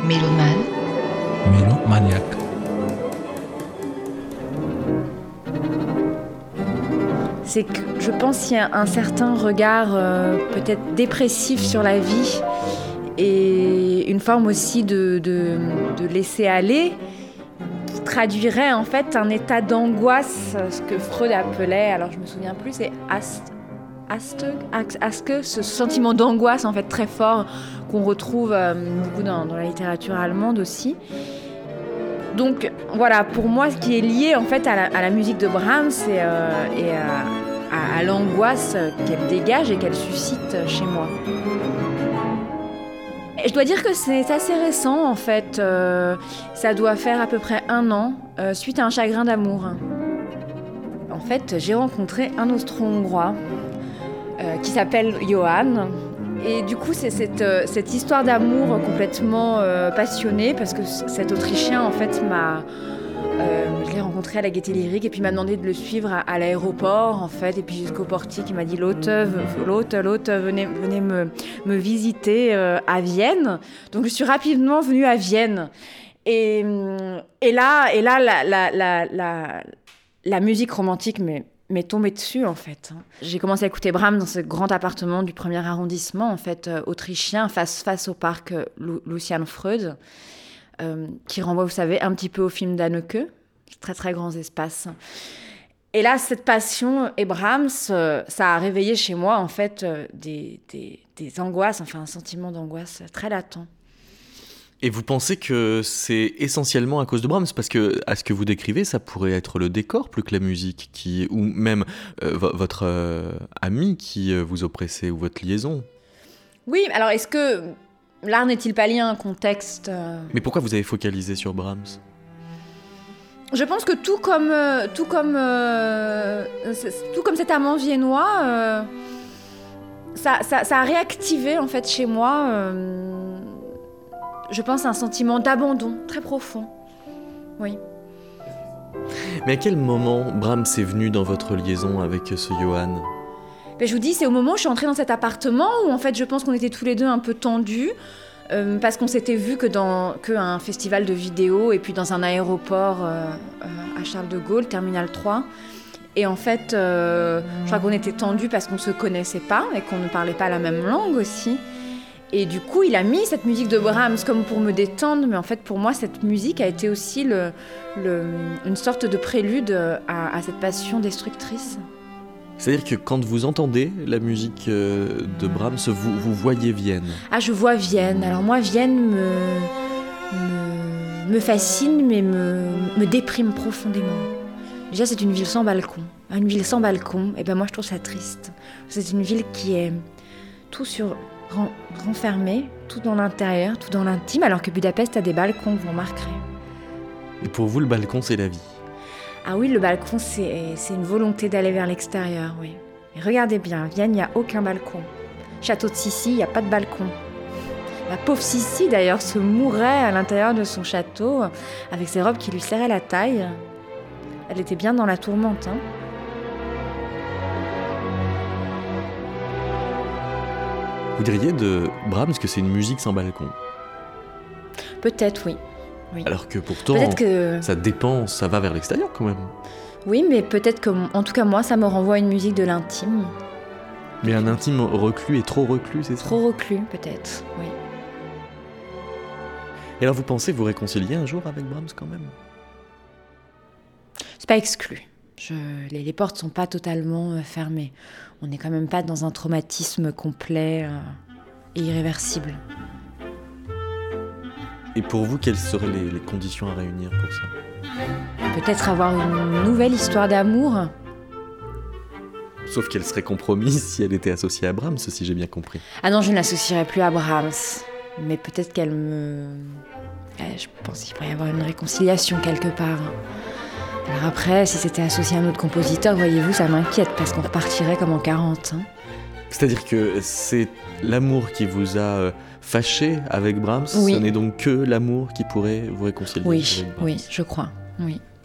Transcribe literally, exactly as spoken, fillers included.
Mélomane. Mélomaniaque. C'est que je pense qu'il y a un certain regard euh, peut-être dépressif sur la vie et une forme aussi de, de, de laisser aller qui traduirait en fait un état d'angoisse, ce que Freud appelait, alors je me souviens plus, c'est ast, ast, aske, ce sentiment d'angoisse en fait très fort qu'on retrouve euh, beaucoup dans, dans la littérature allemande aussi. Donc voilà, pour moi, ce qui est lié en fait à la, à la musique de Brahms et, euh, et à, à, à l'angoisse qu'elle dégage et qu'elle suscite chez moi. Et je dois dire que c'est assez récent en fait. Euh, ça doit faire à peu près un an, euh, suite à un chagrin d'amour. En fait, j'ai rencontré un Austro-Hongrois euh, qui s'appelle Johann. Et du coup, c'est cette, euh, cette histoire d'amour complètement euh, passionnée, parce que cet Autrichien, en fait, m'a... Euh, je l'ai rencontré à la Gaîté Lyrique, et puis il m'a demandé de le suivre à, à l'aéroport, en fait, et puis jusqu'au portique, il m'a dit « L'hôte, l'hôte, l'hôte, venez, venez me, me visiter euh, à Vienne ». Donc, je suis rapidement venue à Vienne. Et, et là, et là la, la, la, la, la musique romantique, mais... m'est tombée dessus, en fait. J'ai commencé à écouter Brahms dans ce grand appartement du premier arrondissement, en fait, euh, autrichien, face, face au parc euh, Lu- Lucian Freud, euh, qui renvoie, vous savez, un petit peu au film d'Haneke, très, très grands espaces. Et là, cette passion et Brahms, euh, ça a réveillé chez moi, en fait, euh, des, des, des angoisses, enfin, un sentiment d'angoisse très latent. Et vous pensez que c'est essentiellement à cause de Brahms, parce que, à ce que vous décrivez, ça pourrait être le décor plus que la musique, qui, ou même euh, v- votre euh, ami qui euh, vous oppressait, ou votre liaison. Oui, alors est-ce que l'art n'est-il pas lié à un contexte euh... Mais pourquoi vous avez focalisé sur Brahms ? Je pense que tout comme, euh, tout comme, euh, tout comme cet amant viennois, euh, ça, ça, ça a réactivé en fait chez moi... Euh, je pense à un sentiment d'abandon très profond, oui. Mais à quel moment Brahms est venu dans votre liaison avec ce Johann ? Ben, je vous dis, c'est au moment où je suis entrée dans cet appartement où en fait je pense qu'on était tous les deux un peu tendus euh, parce qu'on s'était vus que dans que un festival de vidéo et puis dans un aéroport euh, euh, à Charles de Gaulle, Terminal trois. Et en fait, euh, je crois qu'on était tendus parce qu'on ne se connaissait pas et qu'on ne parlait pas la même langue aussi. Et du coup, il a mis cette musique de Brahms comme pour me détendre, mais en fait, pour moi, cette musique a été aussi le, le, une sorte de prélude à, à cette passion destructrice. C'est-à-dire que quand vous entendez la musique de Brahms, vous, vous voyez Vienne. Ah, je vois Vienne. Alors moi, Vienne me, me, me fascine, mais me, me déprime profondément. Déjà, c'est une ville sans balcon. Une ville sans balcon, et ben moi, je trouve ça triste. C'est une ville qui est tout sur... renfermé, tout dans l'intérieur, tout dans l'intime, alors que Budapest a des balcons, vous remarquerez. Et pour vous, le balcon, c'est la vie ? Ah oui, le balcon, c'est, c'est une volonté d'aller vers l'extérieur, oui. Et regardez bien, à Vienne, il n'y a aucun balcon. Château de Sissi, il n'y a pas de balcon. La pauvre Sissi, d'ailleurs, se mourait à l'intérieur de son château, avec ses robes qui lui serraient la taille. Elle était bien dans la tourmente, hein. Vous diriez de Brahms que c'est une musique sans balcon ? Peut-être, oui. oui. Alors que pourtant, que... ça dépend, ça va vers l'extérieur quand même. Oui, mais peut-être que, en tout cas moi, ça me renvoie à une musique de l'intime. Mais un intime reclus et trop reclus, c'est ça ? Trop reclus, peut-être, oui. Et alors vous pensez vous réconcilier un jour avec Brahms quand même ? C'est pas exclu. Je... Les, les portes sont pas totalement euh, fermées. On n'est quand même pas dans un traumatisme complet euh, et irréversible. Et pour vous, quelles seraient les, les conditions à réunir pour ça ? Peut-être avoir une nouvelle histoire d'amour. Sauf qu'elle serait compromise si elle était associée à Brahms, si j'ai bien compris. Ah non, je ne l'associerai plus à Brahms. Mais peut-être qu'elle me... Eh, je pense qu'il pourrait y avoir une réconciliation quelque part. Alors après, si c'était associé à un autre compositeur, voyez-vous, ça m'inquiète, parce qu'on repartirait comme en quarante. Hein. C'est-à-dire que c'est l'amour qui vous a euh, fâché avec Brahms, oui. Ce n'est donc que l'amour qui pourrait vous réconcilier oui, avec Brahms. Oui, je crois, oui.